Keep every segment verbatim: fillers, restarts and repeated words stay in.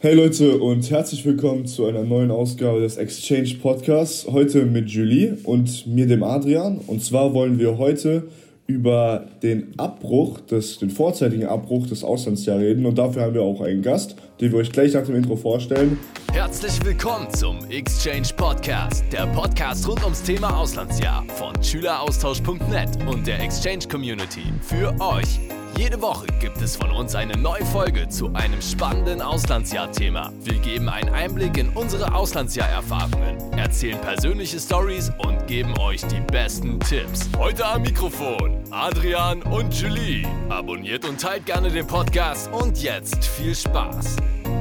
Hey Leute und herzlich willkommen zu einer neuen Ausgabe des Exchange Podcasts. Heute mit Julie und mir, dem Adrian. Und zwar wollen wir heute über den Abbruch, des, den vorzeitigen Abbruch des Auslandsjahres reden. Und dafür haben wir auch einen Gast, den wir euch gleich nach dem Intro vorstellen. Herzlich willkommen zum Exchange Podcast, der Podcast rund ums Thema Auslandsjahr von schüleraustausch punkt net und der Exchange Community für euch. Jede Woche gibt es von uns eine neue Folge zu einem spannenden Auslandsjahr-Thema. Wir geben einen Einblick in unsere Auslandsjahr-Erfahrungen, erzählen persönliche Stories und geben euch die besten Tipps. Heute am Mikrofon Adrian und Julie. Abonniert und teilt gerne den Podcast und jetzt viel Spaß.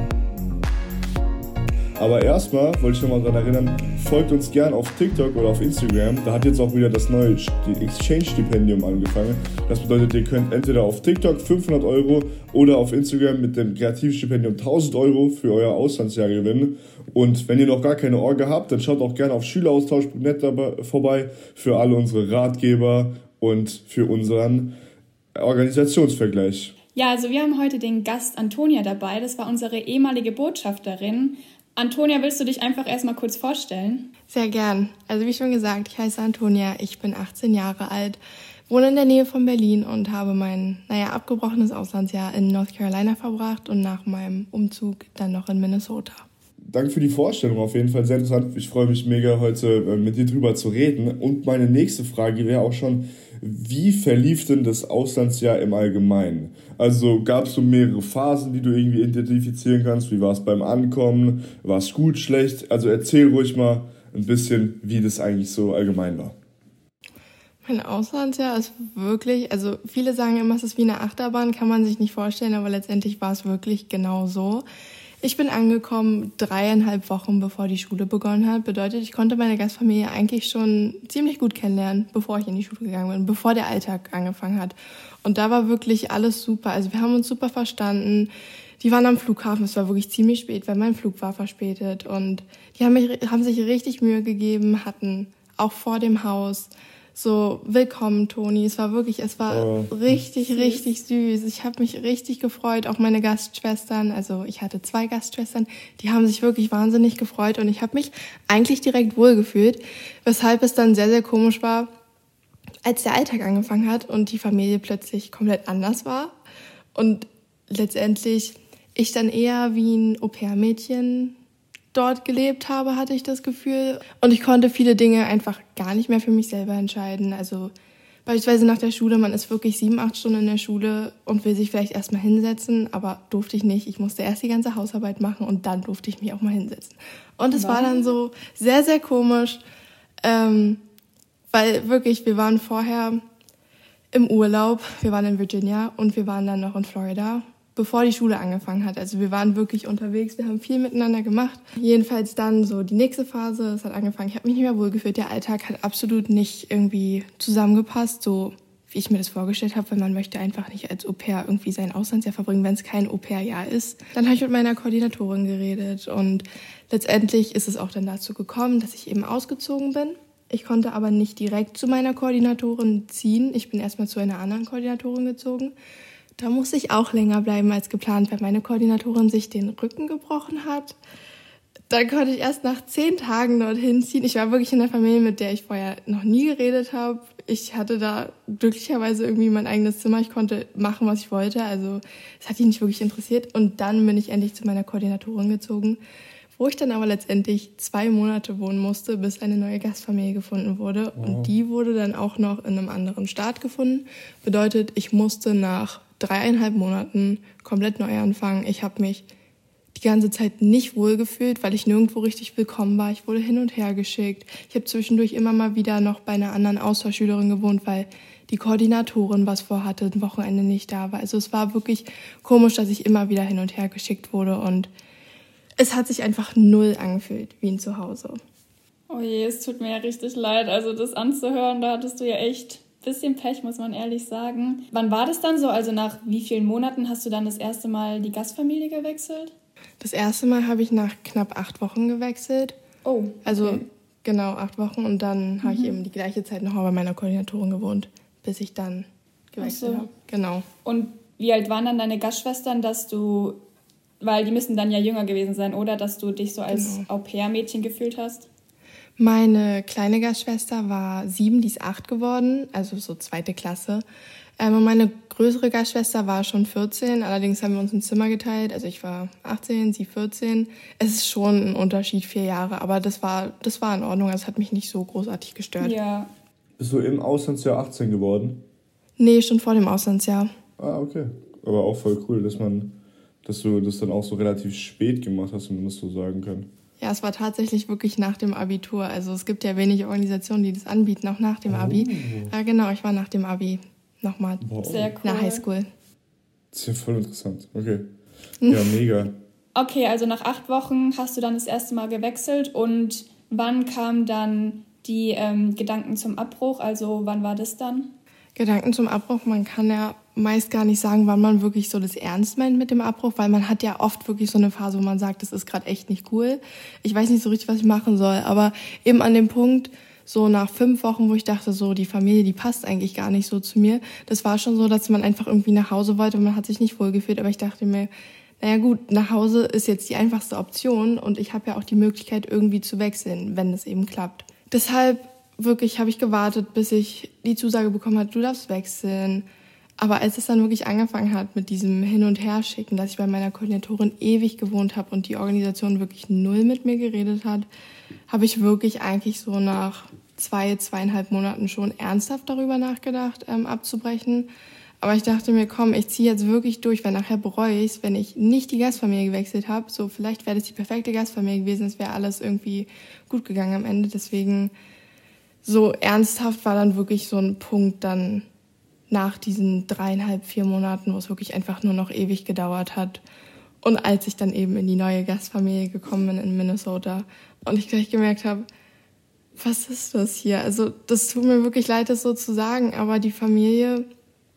Aber erstmal wollte ich nochmal daran erinnern, folgt uns gern auf TikTok oder auf Instagram. Da hat jetzt auch wieder das neue Exchange-Stipendium angefangen. Das bedeutet, ihr könnt entweder auf TikTok fünfhundert Euro oder auf Instagram mit dem Kreativstipendium tausend Euro für euer Auslandsjahr gewinnen. Und wenn ihr noch gar keine Orga habt, dann schaut auch gerne auf schüleraustausch punkt net vorbei für alle unsere Ratgeber und für unseren Organisationsvergleich. Ja, also wir haben heute den Gast Antonia dabei. Das war unsere ehemalige Botschafterin. Antonia, willst du dich einfach erstmal kurz vorstellen? Sehr gern. Also wie schon gesagt, ich heiße Antonia, ich bin achtzehn Jahre alt, wohne in der Nähe von Berlin und habe mein, naja, abgebrochenes Auslandsjahr in North Carolina verbracht und nach meinem Umzug dann noch in Minnesota. Danke für die Vorstellung, auf jeden Fall sehr interessant. Ich freue mich mega, heute mit dir drüber zu reden. Und meine nächste Frage wäre auch schon, wie verlief denn das Auslandsjahr im Allgemeinen? Also gab es so mehrere Phasen, die du irgendwie identifizieren kannst? Wie war es beim Ankommen? War es gut, schlecht? Also erzähl ruhig mal ein bisschen, wie das eigentlich so allgemein war. Mein Auslandsjahr ist wirklich, also viele sagen immer, es ist wie eine Achterbahn, kann man sich nicht vorstellen, aber letztendlich war es wirklich genau so. Ich bin angekommen dreieinhalb Wochen, bevor die Schule begonnen hat. Bedeutet, ich konnte meine Gastfamilie eigentlich schon ziemlich gut kennenlernen, bevor ich in die Schule gegangen bin, bevor der Alltag angefangen hat. Und da war wirklich alles super. Also wir haben uns super verstanden. Die waren am Flughafen, es war wirklich ziemlich spät, weil mein Flug war verspätet. Und die haben, mich, haben sich richtig Mühe gegeben, hatten auch vor dem Haus so, willkommen, Toni. Es war wirklich, es war oh. richtig, richtig süß. Ich habe mich richtig gefreut. Auch meine Gastschwestern, also ich hatte zwei Gastschwestern, die haben sich wirklich wahnsinnig gefreut. Und ich habe mich eigentlich direkt wohlgefühlt, weshalb es dann sehr, sehr komisch war, als der Alltag angefangen hat und die Familie plötzlich komplett anders war. Und letztendlich ich dann eher wie ein Au-pair-Mädchen dort gelebt habe, hatte ich das Gefühl. Und ich konnte viele Dinge einfach gar nicht mehr für mich selber entscheiden. Also beispielsweise nach der Schule, man ist wirklich sieben, acht Stunden in der Schule und will sich vielleicht erstmal hinsetzen, aber durfte ich nicht. Ich musste erst die ganze Hausarbeit machen und dann durfte ich mich auch mal hinsetzen. Und es war dann so sehr, sehr komisch, ähm, weil wirklich, wir waren vorher im Urlaub, wir waren in Virginia und wir waren dann noch in Florida, bevor die Schule angefangen hat. Also wir waren wirklich unterwegs, wir haben viel miteinander gemacht. Jedenfalls dann so die nächste Phase, es hat angefangen, ich habe mich nicht mehr wohlgefühlt. Der Alltag hat absolut nicht irgendwie zusammengepasst, so wie ich mir das vorgestellt habe, weil man möchte einfach nicht als Au-pair irgendwie sein Auslandsjahr verbringen, wenn es kein Au-pair-Jahr ist. Dann habe ich mit meiner Koordinatorin geredet und letztendlich ist es auch dann dazu gekommen, dass ich eben ausgezogen bin. Ich konnte aber nicht direkt zu meiner Koordinatorin ziehen. Ich bin erstmal zu einer anderen Koordinatorin gezogen. Da musste ich auch länger bleiben als geplant, weil meine Koordinatorin sich den Rücken gebrochen hat. Dann konnte ich erst nach zehn Tagen dorthin ziehen. Ich war wirklich in einer Familie, mit der ich vorher noch nie geredet habe. Ich hatte da glücklicherweise irgendwie mein eigenes Zimmer. Ich konnte machen, was ich wollte. Also es hat die nicht wirklich interessiert. Und dann bin ich endlich zu meiner Koordinatorin gezogen, wo ich dann aber letztendlich zwei Monate wohnen musste, bis eine neue Gastfamilie gefunden wurde. Oh. Und die wurde dann auch noch in einem anderen Staat gefunden. Bedeutet, ich musste nach dreieinhalb Monaten komplett neu anfangen. Ich habe mich die ganze Zeit nicht wohl gefühlt, weil ich nirgendwo richtig willkommen war. Ich wurde hin und her geschickt. Ich habe zwischendurch immer mal wieder noch bei einer anderen Austauschschülerin gewohnt, weil die Koordinatorin was vorhatte, ein Wochenende nicht da war. Also es war wirklich komisch, dass ich immer wieder hin und her geschickt wurde und es hat sich einfach null angefühlt wie ein Zuhause. Oh je, es tut mir ja richtig leid. Also das anzuhören, da hattest du ja echt ein bisschen Pech, muss man ehrlich sagen. Wann war das dann so? Also nach wie vielen Monaten hast du dann das erste Mal die Gastfamilie gewechselt? Das erste Mal habe ich nach knapp acht Wochen gewechselt. Oh, okay. Also genau, acht Wochen. Und dann mhm. habe ich eben die gleiche Zeit noch mal bei meiner Koordinatorin gewohnt, bis ich dann gewechselt so. habe. Genau. Und wie alt waren dann deine Gastschwestern, dass du Weil die müssen dann ja jünger gewesen sein, oder? Dass du dich so als Genau. Au-pair-Mädchen gefühlt hast. Meine kleine Gastschwester war sieben, die ist acht geworden, also so zweite Klasse. Ähm, und meine größere Gastschwester war schon vierzehn, allerdings haben wir uns ein Zimmer geteilt. Also ich war achtzehn, sie vierzehn. Es ist schon ein Unterschied, vier Jahre, aber das war, das war in Ordnung, also es hat mich nicht so großartig gestört. Ja. Bist du im Auslandsjahr achtzehn geworden? Nee, schon vor dem Auslandsjahr. Ah, okay. Aber auch voll cool, dass man, dass du das dann auch so relativ spät gemacht hast, wenn man das so sagen kann. Ja, es war tatsächlich wirklich nach dem Abitur. Also es gibt ja wenig Organisationen, die das anbieten, auch nach dem Abi. Ja, genau, ich war nach dem Abi nochmal Wow. Sehr cool. in der Highschool. Das ist ja voll interessant. Okay. Ja, mega. Okay, also nach acht Wochen hast du dann das erste Mal gewechselt. Und wann kamen dann die ähm, Gedanken zum Abbruch? Also wann war das dann? Gedanken zum Abbruch, man kann ja meist gar nicht sagen, wann man wirklich so das ernst meint mit dem Abbruch, weil man hat ja oft wirklich so eine Phase, wo man sagt, das ist gerade echt nicht cool. Ich weiß nicht so richtig, was ich machen soll, aber eben an dem Punkt, so nach fünf Wochen, wo ich dachte, so die Familie, die passt eigentlich gar nicht so zu mir, das war schon so, dass man einfach irgendwie nach Hause wollte und man hat sich nicht wohlgefühlt, aber ich dachte mir, naja gut, nach Hause ist jetzt die einfachste Option und ich habe ja auch die Möglichkeit, irgendwie zu wechseln, wenn es eben klappt. Deshalb wirklich habe ich gewartet, bis ich die Zusage bekommen habe, du darfst wechseln. Aber als es dann wirklich angefangen hat mit diesem Hin- und Herschicken, dass ich bei meiner Koordinatorin ewig gewohnt habe und die Organisation wirklich null mit mir geredet hat, habe ich wirklich eigentlich so nach zwei, zweieinhalb Monaten schon ernsthaft darüber nachgedacht, ähm, abzubrechen. Aber ich dachte mir, komm, ich ziehe jetzt wirklich durch, weil nachher bereue ich es, wenn ich nicht die Gastfamilie gewechselt habe. So, vielleicht wäre das die perfekte Gastfamilie gewesen, es wäre alles irgendwie gut gegangen am Ende. Deswegen so ernsthaft war dann wirklich so ein Punkt dann nach diesen dreieinhalb, vier Monaten, wo es wirklich einfach nur noch ewig gedauert hat. Und als ich dann eben in die neue Gastfamilie gekommen bin in Minnesota und ich gleich gemerkt habe, was ist das hier? Also das tut mir wirklich leid, das so zu sagen, aber die Familie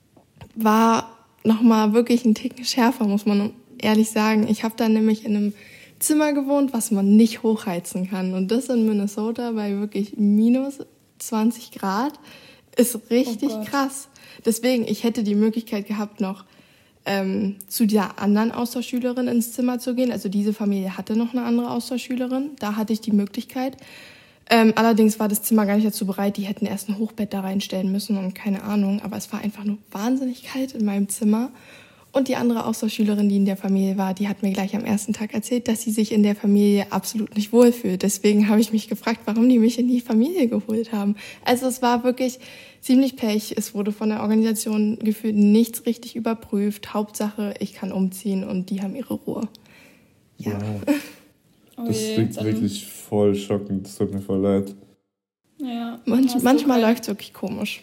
war nochmal wirklich ein Ticken schärfer, muss man ehrlich sagen. Ich habe dann nämlich in einem Zimmer gewohnt, was man nicht hochheizen kann. Und das in Minnesota bei wirklich minus zwanzig Grad ist richtig Oh Gott. krass. Deswegen, ich hätte die Möglichkeit gehabt, noch ähm, zu dieser anderen Austauschschülerin ins Zimmer zu gehen. Also diese Familie hatte noch eine andere Austauschschülerin. Da hatte ich die Möglichkeit. Ähm, allerdings war das Zimmer gar nicht dazu bereit. Die hätten erst ein Hochbett da reinstellen müssen und keine Ahnung. Aber es war einfach nur wahnsinnig kalt in meinem Zimmer. Und die andere Austauschschülerin, die in der Familie war, die hat mir gleich am ersten Tag erzählt, dass sie sich in der Familie absolut nicht wohlfühlt. Deswegen habe ich mich gefragt, warum die mich in die Familie geholt haben. Also es war wirklich ziemlich Pech. Es wurde von der Organisation gefühlt nichts richtig überprüft. Hauptsache, ich kann umziehen und die haben ihre Ruhe. Ja. Wow. Oh Das je, klingt dann- wirklich voll schockend. Das tut mir voll leid. Ja, Manch, hast du manchmal kein- läuft es wirklich komisch.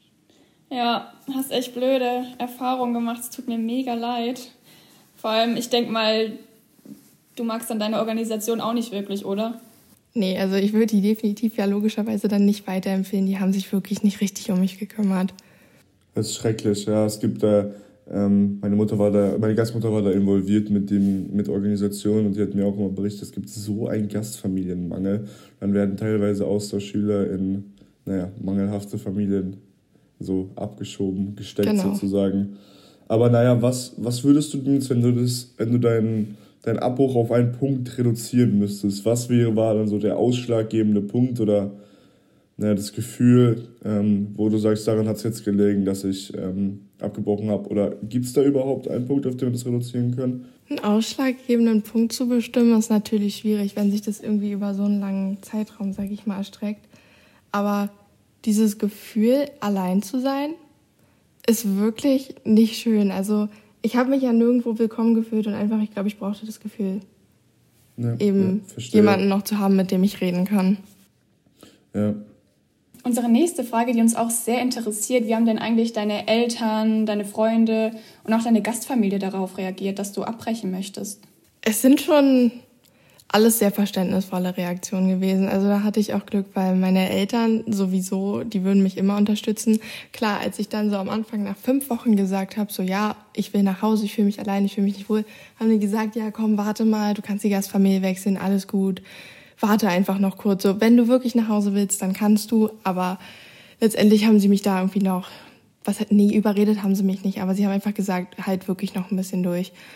Ja, hast echt blöde Erfahrungen gemacht. Es tut mir mega leid. Vor allem, ich denke mal, du magst dann deine Organisation auch nicht wirklich, oder? Nee, also ich würde die definitiv ja logischerweise dann nicht weiterempfehlen. Die haben sich wirklich nicht richtig um mich gekümmert. Das ist schrecklich, ja. Es gibt da, ähm, meine Mutter war da, meine Gastmutter war da involviert mit dem, mit Organisation und die hat mir auch immer berichtet, es gibt so einen Gastfamilienmangel. Dann werden teilweise Austauschschüler in, naja, mangelhafte Familien so abgeschoben, gesteckt Genau. sozusagen. Aber naja, was, was würdest du denn jetzt, wenn du das, wenn du deinen deinen Abbruch auf einen Punkt reduzieren müsstest? Was wäre, war dann so der ausschlaggebende Punkt oder naja, das Gefühl, ähm, wo du sagst, daran hat es jetzt gelegen, dass ich ähm, abgebrochen habe? Oder gibt es da überhaupt einen Punkt, auf den wir das reduzieren können? Einen ausschlaggebenden Punkt zu bestimmen, ist natürlich schwierig, wenn sich das irgendwie über so einen langen Zeitraum, sag ich mal, erstreckt. Aber dieses Gefühl, allein zu sein, ist wirklich nicht schön. Also ich habe mich ja nirgendwo willkommen gefühlt und einfach, ich glaube, ich brauchte das Gefühl, Ja, eben ja, verstehe. jemanden noch zu haben, mit dem ich reden kann. Ja. Unsere nächste Frage, die uns auch sehr interessiert, wie haben denn eigentlich deine Eltern, deine Freunde und auch deine Gastfamilie darauf reagiert, dass du abbrechen möchtest? Es sind schon alles sehr verständnisvolle Reaktionen gewesen. Also da hatte ich auch Glück, weil meine Eltern sowieso, die würden mich immer unterstützen. Klar, als ich dann so am Anfang nach fünf Wochen gesagt habe, so ja, ich will nach Hause, ich fühle mich allein, ich fühle mich nicht wohl, haben die gesagt, ja komm, warte mal, du kannst die Gastfamilie wechseln, alles gut. Warte einfach noch kurz. So, wenn du wirklich nach Hause willst, dann kannst du. Aber letztendlich haben sie mich da irgendwie noch, was nee, überredet haben sie mich nicht, aber sie haben einfach gesagt, halt wirklich noch ein bisschen durch.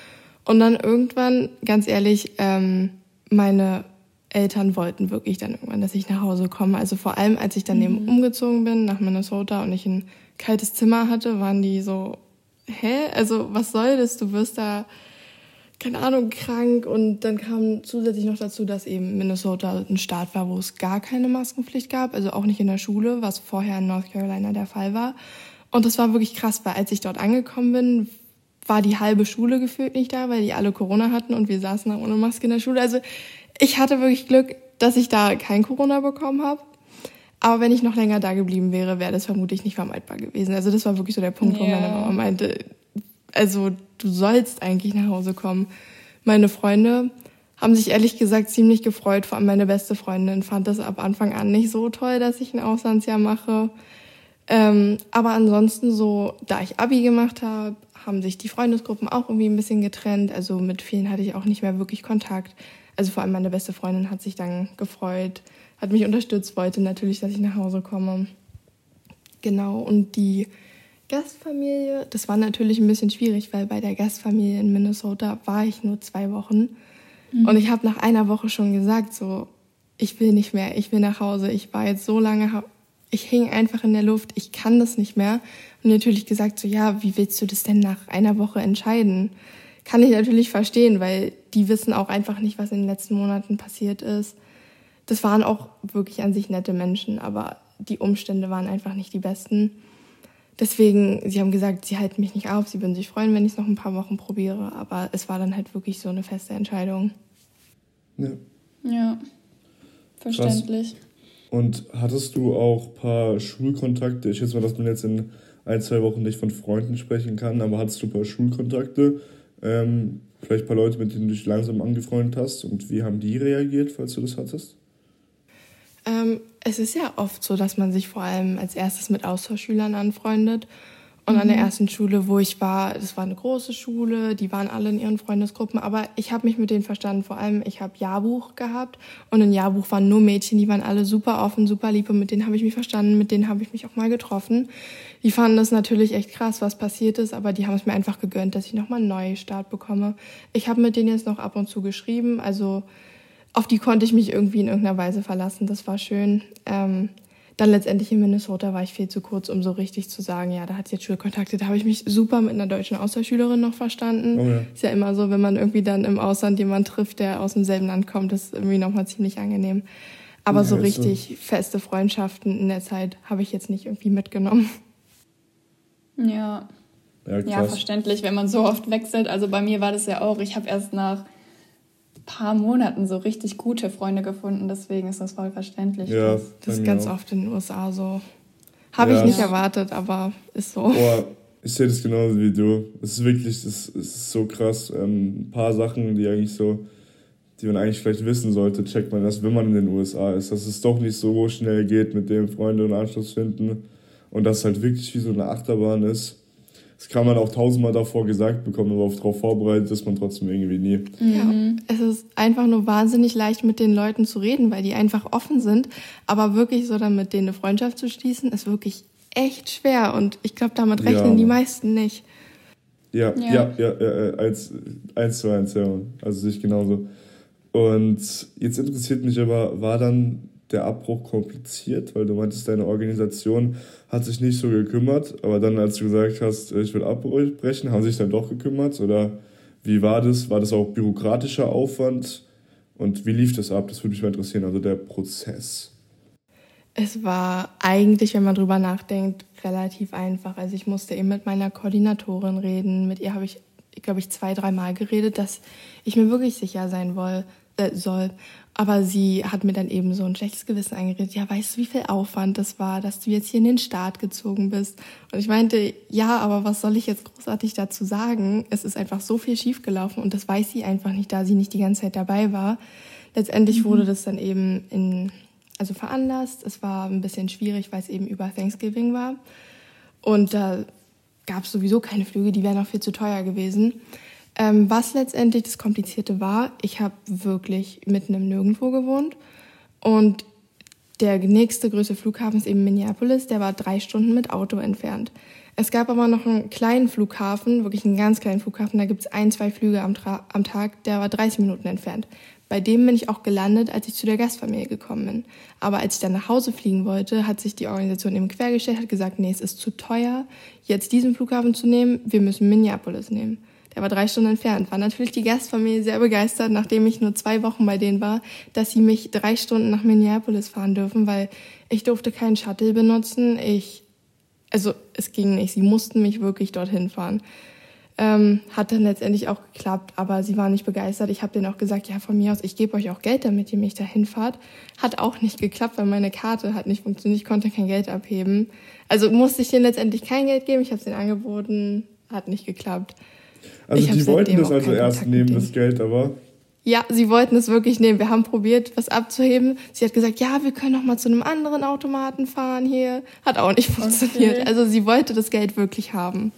Und dann irgendwann, ganz ehrlich, ähm, meine Eltern wollten wirklich dann irgendwann, dass ich nach Hause komme. Also vor allem, als ich dann mhm. eben umgezogen bin nach Minnesota und ich ein kaltes Zimmer hatte, waren die so, hä? Also was soll das? Du wirst da, keine Ahnung, krank. Und dann kam zusätzlich noch dazu, dass eben Minnesota ein Staat war, wo es gar keine Maskenpflicht gab. Also auch nicht in der Schule, was vorher in North Carolina der Fall war. Und das war wirklich krass, weil als ich dort angekommen bin, war die halbe Schule gefühlt nicht da, weil die alle Corona hatten und wir saßen da ohne Maske in der Schule. Also ich hatte wirklich Glück, dass ich da kein Corona bekommen habe. Aber wenn ich noch länger da geblieben wäre, wäre das vermutlich nicht vermeidbar gewesen. Also das war wirklich so der Punkt, yeah. wo meine Mama meinte, also du sollst eigentlich nach Hause kommen. Meine Freunde haben sich ehrlich gesagt ziemlich gefreut. Vor allem meine beste Freundin fand das ab Anfang an nicht so toll, dass ich ein Auslandsjahr mache. Ähm, aber ansonsten so, da ich Abi gemacht habe, haben sich die Freundesgruppen auch irgendwie ein bisschen getrennt. Also mit vielen hatte ich auch nicht mehr wirklich Kontakt. Also vor allem meine beste Freundin hat sich dann gefreut, hat mich unterstützt, wollte natürlich, dass ich nach Hause komme. Genau, und die Gastfamilie, das war natürlich ein bisschen schwierig, weil bei der Gastfamilie in Minnesota war ich nur zwei Wochen. Mhm. Und ich habe nach einer Woche schon gesagt, so, ich will nicht mehr, ich will nach Hause. Ich war jetzt so lange, ich hing einfach in der Luft, ich kann das nicht mehr. Und natürlich gesagt, so, ja, wie willst du das denn nach einer Woche entscheiden? Kann ich natürlich verstehen, weil die wissen auch einfach nicht, was in den letzten Monaten passiert ist. Das waren auch wirklich an sich nette Menschen, aber die Umstände waren einfach nicht die besten. Deswegen, sie haben gesagt, sie halten mich nicht auf, sie würden sich freuen, wenn ich es noch ein paar Wochen probiere. Aber es war dann halt wirklich so eine feste Entscheidung. Ja, ja. Verständlich. Krass. Und hattest du auch ein paar Schulkontakte? Ich schätze mal, dass man jetzt in ein, zwei Wochen nicht von Freunden sprechen kann, aber hattest du ein paar Schulkontakte? Ähm, vielleicht ein paar Leute, mit denen du dich langsam angefreundet hast? Und wie haben die reagiert, falls du das hattest? Ähm, es ist ja oft so, dass man sich vor allem als erstes mit Austauschschülern anfreundet. Und mhm. an der ersten Schule, wo ich war, das war eine große Schule, die waren alle in ihren Freundesgruppen, aber ich habe mich mit denen verstanden. Vor allem, ich habe Jahrbuch gehabt und im Jahrbuch waren nur Mädchen, die waren alle super offen, super lieb und mit denen habe ich mich verstanden, mit denen habe ich mich auch mal getroffen. Die fanden das natürlich echt krass, was passiert ist, aber die haben es mir einfach gegönnt, dass ich nochmal einen Neustart bekomme. Ich habe mit denen jetzt noch ab und zu geschrieben, also auf die konnte ich mich irgendwie in irgendeiner Weise verlassen, das war schön. Ähm, Dann letztendlich in Minnesota war ich viel zu kurz, um so richtig zu sagen, ja, da hat es jetzt Schulkontakte. Da habe ich mich super mit einer deutschen Austauschschülerin noch verstanden. Oh ja. Ist ja immer so, wenn man irgendwie dann im Ausland jemanden trifft, der aus demselben Land kommt, das ist irgendwie nochmal ziemlich angenehm. Aber ja, so richtig so. Feste Freundschaften in der Zeit habe ich jetzt nicht irgendwie mitgenommen. Ja. Ja, ja, verständlich, wenn man so oft wechselt. Also bei mir war das ja auch, ich habe erst nach paar Monaten so richtig gute Freunde gefunden, deswegen ist das voll verständlich. Ja, das das ist ganz auch. Oft in den U S A so. Habe ja, ich nicht erwartet, aber ist so. Boah, ich sehe das genauso wie du. Es ist wirklich, es ist so krass. Ähm, ein paar Sachen, die eigentlich so, die man eigentlich vielleicht wissen sollte, checkt man das, wenn man in den U S A ist, dass es doch nicht so schnell geht, mit dem Freunde und Anschluss finden und dass es halt wirklich wie so eine Achterbahn ist. Das kann man auch tausendmal davor gesagt bekommen, aber darauf vorbereitet ist man trotzdem irgendwie nie. Ja, mhm. Es ist einfach nur wahnsinnig leicht, mit den Leuten zu reden, weil die einfach offen sind. Aber wirklich so dann mit denen eine Freundschaft zu schließen, ist wirklich echt schwer. Und ich glaube, damit rechnen ja. die meisten nicht. Ja, ja, ja, ja, ja eins, eins zu eins, ja. Also sich genauso. Und jetzt interessiert mich aber, war dann der Abbruch kompliziert, weil du meintest, deine Organisation hat sich nicht so gekümmert, aber dann, als du gesagt hast, ich will abbrechen, haben sie sich dann doch gekümmert? Oder wie war das? War das auch bürokratischer Aufwand? Und wie lief das ab? Das würde mich mal interessieren, also der Prozess. Es war eigentlich, wenn man drüber nachdenkt, relativ einfach. Also ich musste eben mit meiner Koordinatorin reden. Mit ihr habe ich, glaube ich, zwei, dreimal geredet, dass ich mir wirklich sicher sein woll, äh, soll. Aber sie hat mir dann eben so ein schlechtes Gewissen eingeredet. Ja, weißt du, wie viel Aufwand das war, dass du jetzt hier in den Staat gezogen bist? Und ich meinte, ja, aber was soll ich jetzt großartig dazu sagen? Es ist einfach so viel schiefgelaufen und das weiß sie einfach nicht, da sie nicht die ganze Zeit dabei war. Letztendlich mhm. wurde das dann eben in, also veranlasst. Es war ein bisschen schwierig, weil es eben über Thanksgiving war. Und da gab es sowieso keine Flüge, die wären auch viel zu teuer gewesen. Ähm, was letztendlich das Komplizierte war, ich habe wirklich mitten im Nirgendwo gewohnt und der nächste größte Flughafen ist eben Minneapolis, der war drei Stunden mit Auto entfernt. Es gab aber noch einen kleinen Flughafen, wirklich einen ganz kleinen Flughafen, da gibt es ein, zwei Flüge am, Tra- am Tag, der war dreißig Minuten entfernt. Bei dem bin ich auch gelandet, als ich zu der Gastfamilie gekommen bin. Aber als ich dann nach Hause fliegen wollte, hat sich die Organisation eben quergestellt, hat gesagt, nee, es ist zu teuer, jetzt diesen Flughafen zu nehmen, wir müssen Minneapolis nehmen. Der war drei Stunden entfernt. War natürlich die Gastfamilie sehr begeistert, nachdem ich nur zwei Wochen bei denen war, dass sie mich drei Stunden nach Minneapolis fahren dürfen, weil ich durfte keinen Shuttle benutzen. Ich, also es ging nicht, sie mussten mich wirklich dorthin fahren. Ähm, hat dann letztendlich auch geklappt, aber sie waren nicht begeistert. Ich habe denen auch gesagt, ja, von mir aus, ich gebe euch auch Geld, damit ihr mich dahin fahrt. Hat auch nicht geklappt, weil meine Karte hat nicht funktioniert. Ich konnte kein Geld abheben. Also musste ich denen letztendlich kein Geld geben. Ich habe es denen angeboten, hat nicht geklappt. Also die wollten das also erst nehmen, das Geld, aber... Ja, sie wollten es wirklich nehmen. Wir haben probiert, was abzuheben. Sie hat gesagt, ja, wir können noch mal zu einem anderen Automaten fahren hier. Hat auch nicht funktioniert. Okay. Also sie wollte das Geld wirklich haben.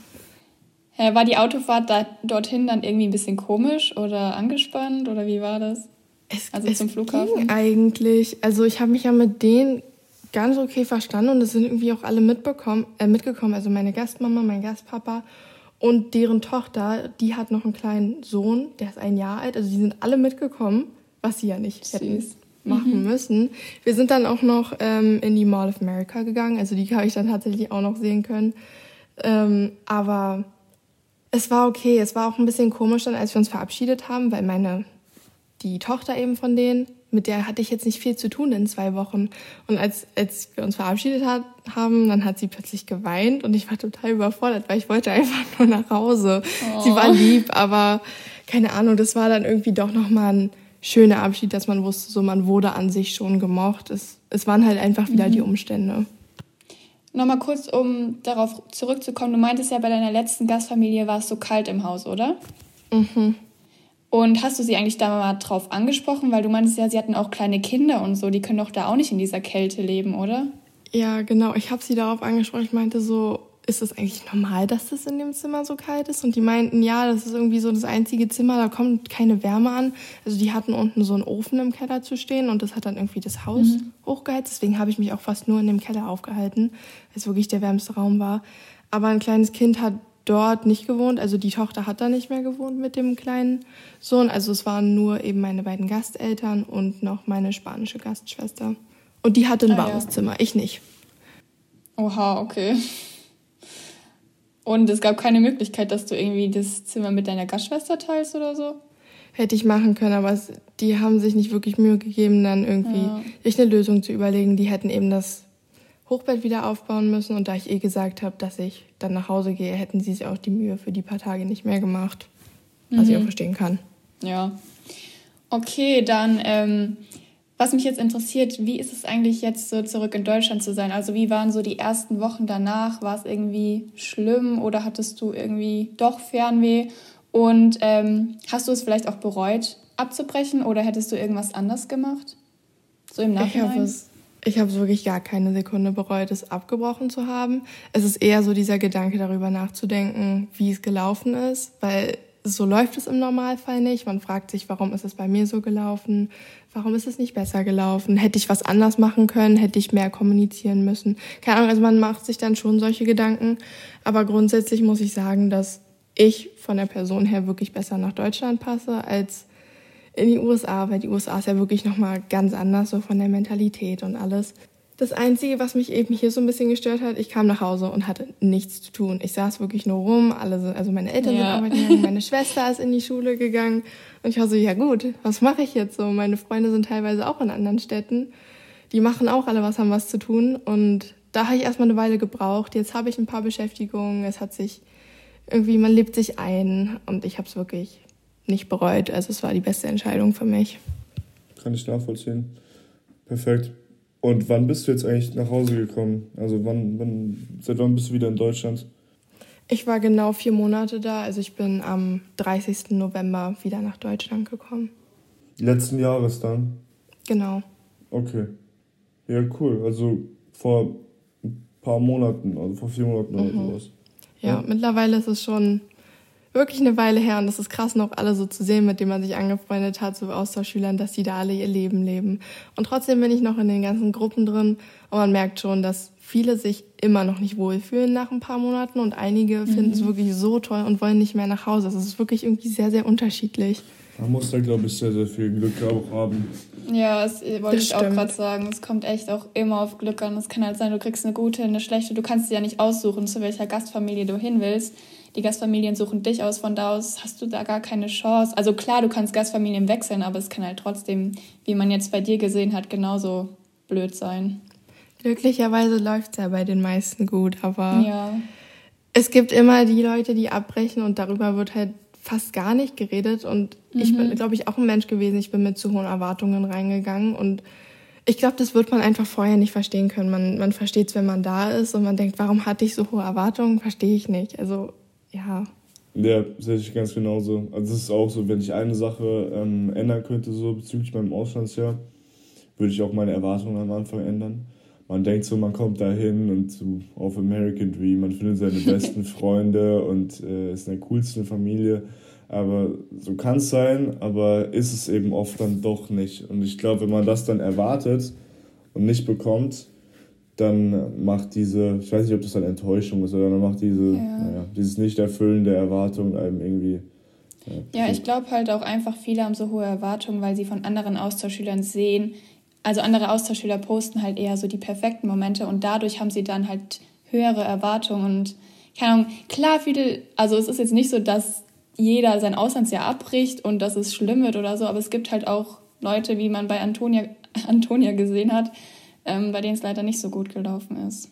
War die Autofahrt da, dorthin dann irgendwie ein bisschen komisch oder angespannt oder wie war das? Es, also es zum Flughafen? Ging eigentlich. Also ich habe mich ja mit denen ganz okay verstanden und es sind irgendwie auch alle mitbekommen, äh, mitgekommen. Also meine Gastmama, mein Gastpapa und deren Tochter, die hat noch einen kleinen Sohn, der ist ein Jahr alt. Also die sind alle mitgekommen, was sie ja nicht Süß. hätten machen mhm. müssen. Wir sind dann auch noch ähm, in die Mall of America gegangen. Also die habe ich dann tatsächlich auch noch sehen können. Ähm, aber... Es war okay, es war auch ein bisschen komisch dann, als wir uns verabschiedet haben, weil meine, die Tochter eben von denen, mit der hatte ich jetzt nicht viel zu tun in zwei Wochen. Und als, als wir uns verabschiedet hat, haben, dann hat sie plötzlich geweint und ich war total überfordert, weil ich wollte einfach nur nach Hause. Oh. Sie war lieb, aber keine Ahnung, das war dann irgendwie doch nochmal ein schöner Abschied, dass man wusste, so man wurde an sich schon gemocht. Es, es waren halt einfach wieder mhm. die Umstände. Nochmal kurz, um darauf zurückzukommen. Du meintest ja, bei deiner letzten Gastfamilie war es so kalt im Haus, oder? Mhm. Und hast du sie eigentlich da mal drauf angesprochen? Weil du meintest ja, sie hatten auch kleine Kinder und so. Die können doch da auch nicht in dieser Kälte leben, oder? Ja, genau. Ich habe sie darauf angesprochen. Ich meinte so, ist es eigentlich normal, dass das in dem Zimmer so kalt ist? Und die meinten, ja, das ist irgendwie so das einzige Zimmer, da kommt keine Wärme an. Also die hatten unten so einen Ofen im Keller zu stehen und das hat dann irgendwie das Haus mhm. hochgeheizt. Deswegen habe ich mich auch fast nur in dem Keller aufgehalten, weil es wirklich der wärmste Raum war. Aber ein kleines Kind hat dort nicht gewohnt, also die Tochter hat da nicht mehr gewohnt mit dem kleinen Sohn. Also es waren nur eben meine beiden Gasteltern und noch meine spanische Gastschwester. Und die hatte ein ah, warmes ja. Zimmer, ich nicht. Oha, okay. Und es gab keine Möglichkeit, dass du irgendwie das Zimmer mit deiner Gastschwester teilst oder so? Hätte ich machen können, aber es, die haben sich nicht wirklich Mühe gegeben, dann irgendwie ja. sich eine Lösung zu überlegen. Die hätten eben das Hochbett wieder aufbauen müssen. Und da ich eh gesagt habe, dass ich dann nach Hause gehe, hätten sie sich auch die Mühe für die paar Tage nicht mehr gemacht. Was mhm. ich auch verstehen kann. Ja. Okay, dann... Ähm Was mich jetzt interessiert, wie ist es eigentlich jetzt so zurück in Deutschland zu sein? Also wie waren so die ersten Wochen danach? War es irgendwie schlimm oder hattest du irgendwie doch Fernweh? Und ähm, hast du es vielleicht auch bereut, abzubrechen oder hättest du irgendwas anders gemacht? So im Nachhinein? Ich habe es, ich habe es wirklich gar keine Sekunde bereut, es abgebrochen zu haben. Es ist eher so dieser Gedanke, darüber nachzudenken, wie es gelaufen ist, weil so läuft es im Normalfall nicht. Man fragt sich, warum ist es bei mir so gelaufen? Warum ist es nicht besser gelaufen? Hätte ich was anders machen können? Hätte ich mehr kommunizieren müssen? Keine Ahnung, also man macht sich dann schon solche Gedanken. Aber grundsätzlich muss ich sagen, dass ich von der Person her wirklich besser nach Deutschland passe als in die U S A, weil die U S A ist ja wirklich nochmal ganz anders, so von der Mentalität und alles. Das Einzige, was mich eben hier so ein bisschen gestört hat, ich kam nach Hause und hatte nichts zu tun. Ich saß wirklich nur rum, alle so, also meine Eltern ja. sind arbeiten gegangen, meine Schwester ist in die Schule gegangen und ich war so, ja gut, was mache ich jetzt so? Meine Freunde sind teilweise auch in anderen Städten, die machen auch alle was, haben was zu tun und da habe ich erstmal eine Weile gebraucht. Jetzt habe ich ein paar Beschäftigungen, es hat sich irgendwie, man lebt sich ein und ich habe es wirklich nicht bereut. Also es war die beste Entscheidung für mich. Kann ich nachvollziehen. Perfekt. Und wann bist du jetzt eigentlich nach Hause gekommen? Also wann, wann, seit wann bist du wieder in Deutschland? Ich war genau vier Monate da. Also ich bin am dreißigsten November wieder nach Deutschland gekommen. Letzten Jahres dann? Genau. Okay. Ja, cool. Also vor ein paar Monaten, also vor vier Monaten oder mhm. sowas. Ja, ja, mittlerweile ist es schon wirklich eine Weile her und das ist krass, noch alle so zu sehen, mit denen man sich angefreundet hat, so Austauschschülern, dass die da alle ihr Leben leben. Und trotzdem bin ich noch in den ganzen Gruppen drin und man merkt schon, dass viele sich immer noch nicht wohlfühlen nach ein paar Monaten und einige mhm. finden es wirklich so toll und wollen nicht mehr nach Hause. Das ist wirklich irgendwie sehr, sehr unterschiedlich. Man muss da, glaube ich, sehr, sehr viel Glück auch haben. Ja, das wollte das ich stimmt. auch gerade sagen. Es kommt echt auch immer auf Glück an. Es kann halt sein, du kriegst eine gute, eine schlechte. Du kannst dir ja nicht aussuchen, zu welcher Gastfamilie du hin willst. Die Gastfamilien suchen dich aus, von da aus hast du da gar keine Chance. Also klar, du kannst Gastfamilien wechseln, aber es kann halt trotzdem, wie man jetzt bei dir gesehen hat, genauso blöd sein. Glücklicherweise läuft es ja bei den meisten gut, aber ja. es gibt immer die Leute, die abbrechen und darüber wird halt fast gar nicht geredet. Und mhm. ich bin, glaube ich, auch ein Mensch gewesen. Ich bin mit zu hohen Erwartungen reingegangen und ich glaube, das wird man einfach vorher nicht verstehen können. Man, man versteht es, wenn man da ist und man denkt, warum hatte ich so hohe Erwartungen? Verstehe ich nicht. Also, ja. Ja, sehe ich ganz genauso. Also es ist auch so, wenn ich eine Sache ähm, ändern könnte, so bezüglich meinem Auslandsjahr, würde ich auch meine Erwartungen am Anfang ändern. Man denkt so, man kommt da hin und so auf American Dream, man findet seine besten Freunde und äh, ist in der coolsten Familie. Aber so kann es sein, aber ist es eben oft dann doch nicht. Und ich glaube, wenn man das dann erwartet und nicht bekommt, dann macht diese, ich weiß nicht, ob das dann Enttäuschung ist, oder dann macht diese, ja. naja, dieses Nicht-Erfüllen der Erwartung einem irgendwie... Ja, ja ich glaube halt auch einfach, viele haben so hohe Erwartungen, weil sie von anderen Austauschschülern sehen. Also andere Austauschschüler posten halt eher so die perfekten Momente und dadurch haben sie dann halt höhere Erwartungen und keine Ahnung, klar viele, also es ist jetzt nicht so, dass jeder sein Auslandsjahr abbricht und dass es schlimm wird oder so, aber es gibt halt auch Leute, wie man bei Antonia, Antonia gesehen hat, ähm, bei denen es leider nicht so gut gelaufen ist.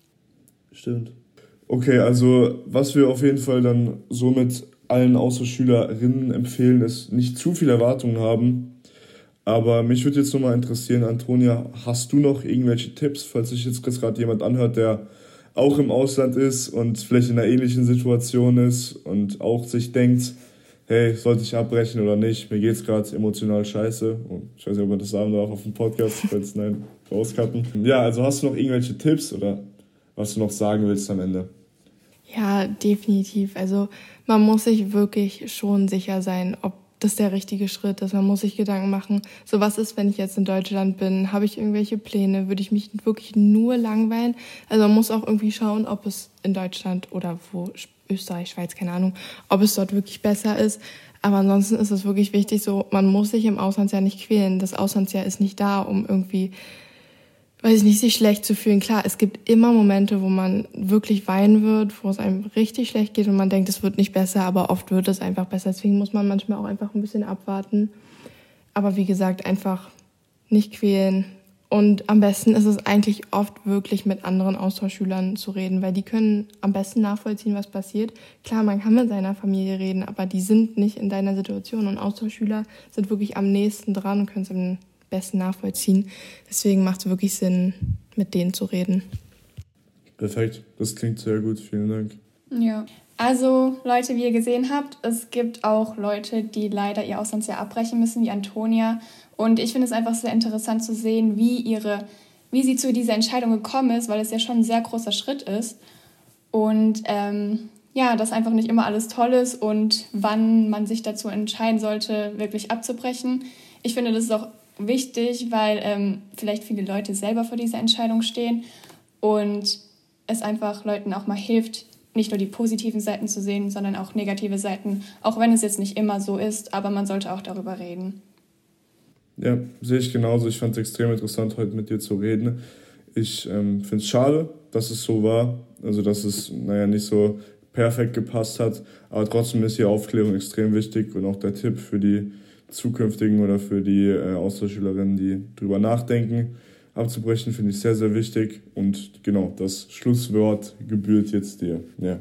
Stimmt. Okay, also was wir auf jeden Fall dann somit allen Austauschschülerinnen empfehlen, ist nicht zu viel Erwartungen haben. Aber mich würde jetzt nochmal interessieren, Antonia, hast du noch irgendwelche Tipps, falls sich jetzt gerade jemand anhört, der auch im Ausland ist und vielleicht in einer ähnlichen Situation ist und auch sich denkt, hey, sollte ich abbrechen oder nicht? Mir geht's gerade emotional scheiße. Und ich weiß nicht, ob man das sagen darf auf dem Podcast, falls nein, rauscutten. Ja, also hast du noch irgendwelche Tipps oder was du noch sagen willst am Ende? Ja, definitiv. Also man muss sich wirklich schon sicher sein, ob das der richtige Schritt ist. Man muss sich Gedanken machen, so was ist, wenn ich jetzt in Deutschland bin? Habe ich irgendwelche Pläne? Würde ich mich wirklich nur langweilen? Also man muss auch irgendwie schauen, ob es in Deutschland oder wo, Österreich, Schweiz, keine Ahnung, ob es dort wirklich besser ist. Aber ansonsten ist es wirklich wichtig, so man muss sich im Auslandsjahr nicht quälen. Das Auslandsjahr ist nicht da, um irgendwie, weiß ich nicht, sich schlecht zu fühlen. Klar, es gibt immer Momente, wo man wirklich weinen wird, wo es einem richtig schlecht geht und man denkt, es wird nicht besser, aber oft wird es einfach besser. Deswegen muss man manchmal auch einfach ein bisschen abwarten. Aber wie gesagt, einfach nicht quälen. Und am besten ist es eigentlich oft wirklich mit anderen Austauschschülern zu reden, weil die können am besten nachvollziehen, was passiert. Klar, man kann mit seiner Familie reden, aber die sind nicht in deiner Situation und Austauschschüler sind wirklich am nächsten dran und können es am besten nachvollziehen. Deswegen macht es wirklich Sinn, mit denen zu reden. Perfekt, das klingt sehr gut, vielen Dank. Ja, also Leute, wie ihr gesehen habt, es gibt auch Leute, die leider ihr Auslandsjahr abbrechen müssen, wie Antonia. Und ich finde es einfach sehr interessant zu sehen, wie, ihre, wie sie zu dieser Entscheidung gekommen ist, weil es ja schon ein sehr großer Schritt ist. Und ähm, ja, dass einfach nicht immer alles toll ist und wann man sich dazu entscheiden sollte, wirklich abzubrechen. Ich finde, das ist auch wichtig, weil ähm, vielleicht viele Leute selber vor dieser Entscheidung stehen und es einfach Leuten auch mal hilft, nicht nur die positiven Seiten zu sehen, sondern auch negative Seiten, auch wenn es jetzt nicht immer so ist, aber man sollte auch darüber reden. Ja, sehe ich genauso. Ich fand es extrem interessant, heute mit dir zu reden. Ich ähm, finde es schade, dass es so war, also dass es, naja, nicht so perfekt gepasst hat, aber trotzdem ist die Aufklärung extrem wichtig und auch der Tipp für die zukünftigen oder für die äh, Austauschschülerinnen, die drüber nachdenken, abzubrechen, finde ich sehr, sehr wichtig. Und genau, das Schlusswort gebührt jetzt dir. Ja.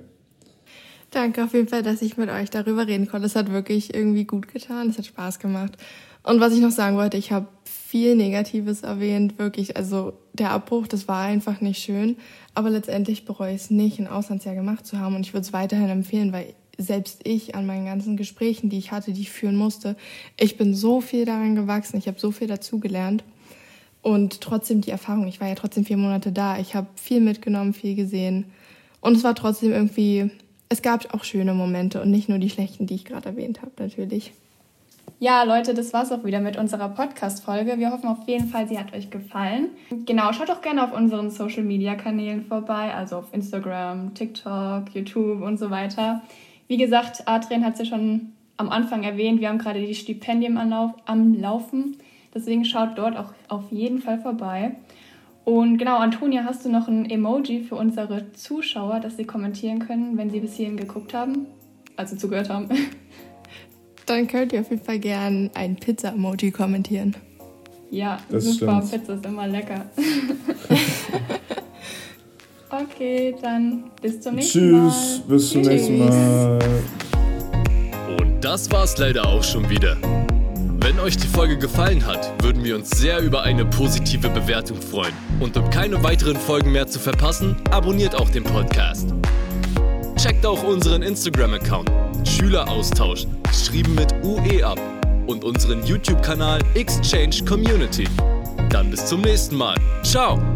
Danke auf jeden Fall, dass ich mit euch darüber reden konnte. Es hat wirklich irgendwie gut getan, es hat Spaß gemacht. Und was ich noch sagen wollte, ich habe viel Negatives erwähnt, wirklich. Also der Abbruch, das war einfach nicht schön. Aber letztendlich bereue ich es nicht, ein Auslandsjahr gemacht zu haben. Und ich würde es weiterhin empfehlen, weil selbst ich an meinen ganzen Gesprächen, die ich hatte, die ich führen musste, ich bin so viel daran gewachsen, ich habe so viel dazugelernt. Und trotzdem die Erfahrung, ich war ja trotzdem vier Monate da, ich habe viel mitgenommen, viel gesehen. Und es war trotzdem irgendwie, es gab auch schöne Momente und nicht nur die schlechten, die ich gerade erwähnt habe, natürlich. Ja, Leute, das war's auch wieder mit unserer Podcast-Folge. Wir hoffen auf jeden Fall, sie hat euch gefallen. Genau, schaut auch gerne auf unseren Social-Media-Kanälen vorbei, also auf Instagram, TikTok, YouTube und so weiter. Wie gesagt, Adrian hat es ja schon am Anfang erwähnt, wir haben gerade die Stipendien am, Lauf- am Laufen. Deswegen schaut dort auch auf jeden Fall vorbei. Und genau, Antonia, hast du noch ein Emoji für unsere Zuschauer, dass sie kommentieren können, wenn sie bis hierhin geguckt haben? Also zugehört haben. Dann könnt ihr auf jeden Fall gern ein Pizza-Emoji kommentieren. Ja, das super, stimmt. Pizza ist immer lecker. Okay, dann bis zum nächsten Mal. Tschüss, bis zum Tschüss. nächsten Mal. Und das war's leider auch schon wieder. Wenn euch die Folge gefallen hat, würden wir uns sehr über eine positive Bewertung freuen. Und um keine weiteren Folgen mehr zu verpassen, abonniert auch den Podcast. Checkt auch unseren Instagram-Account Schüleraustausch, geschrieben mit U E ab, und unseren YouTube-Kanal Exchange Community. Dann bis zum nächsten Mal. Ciao!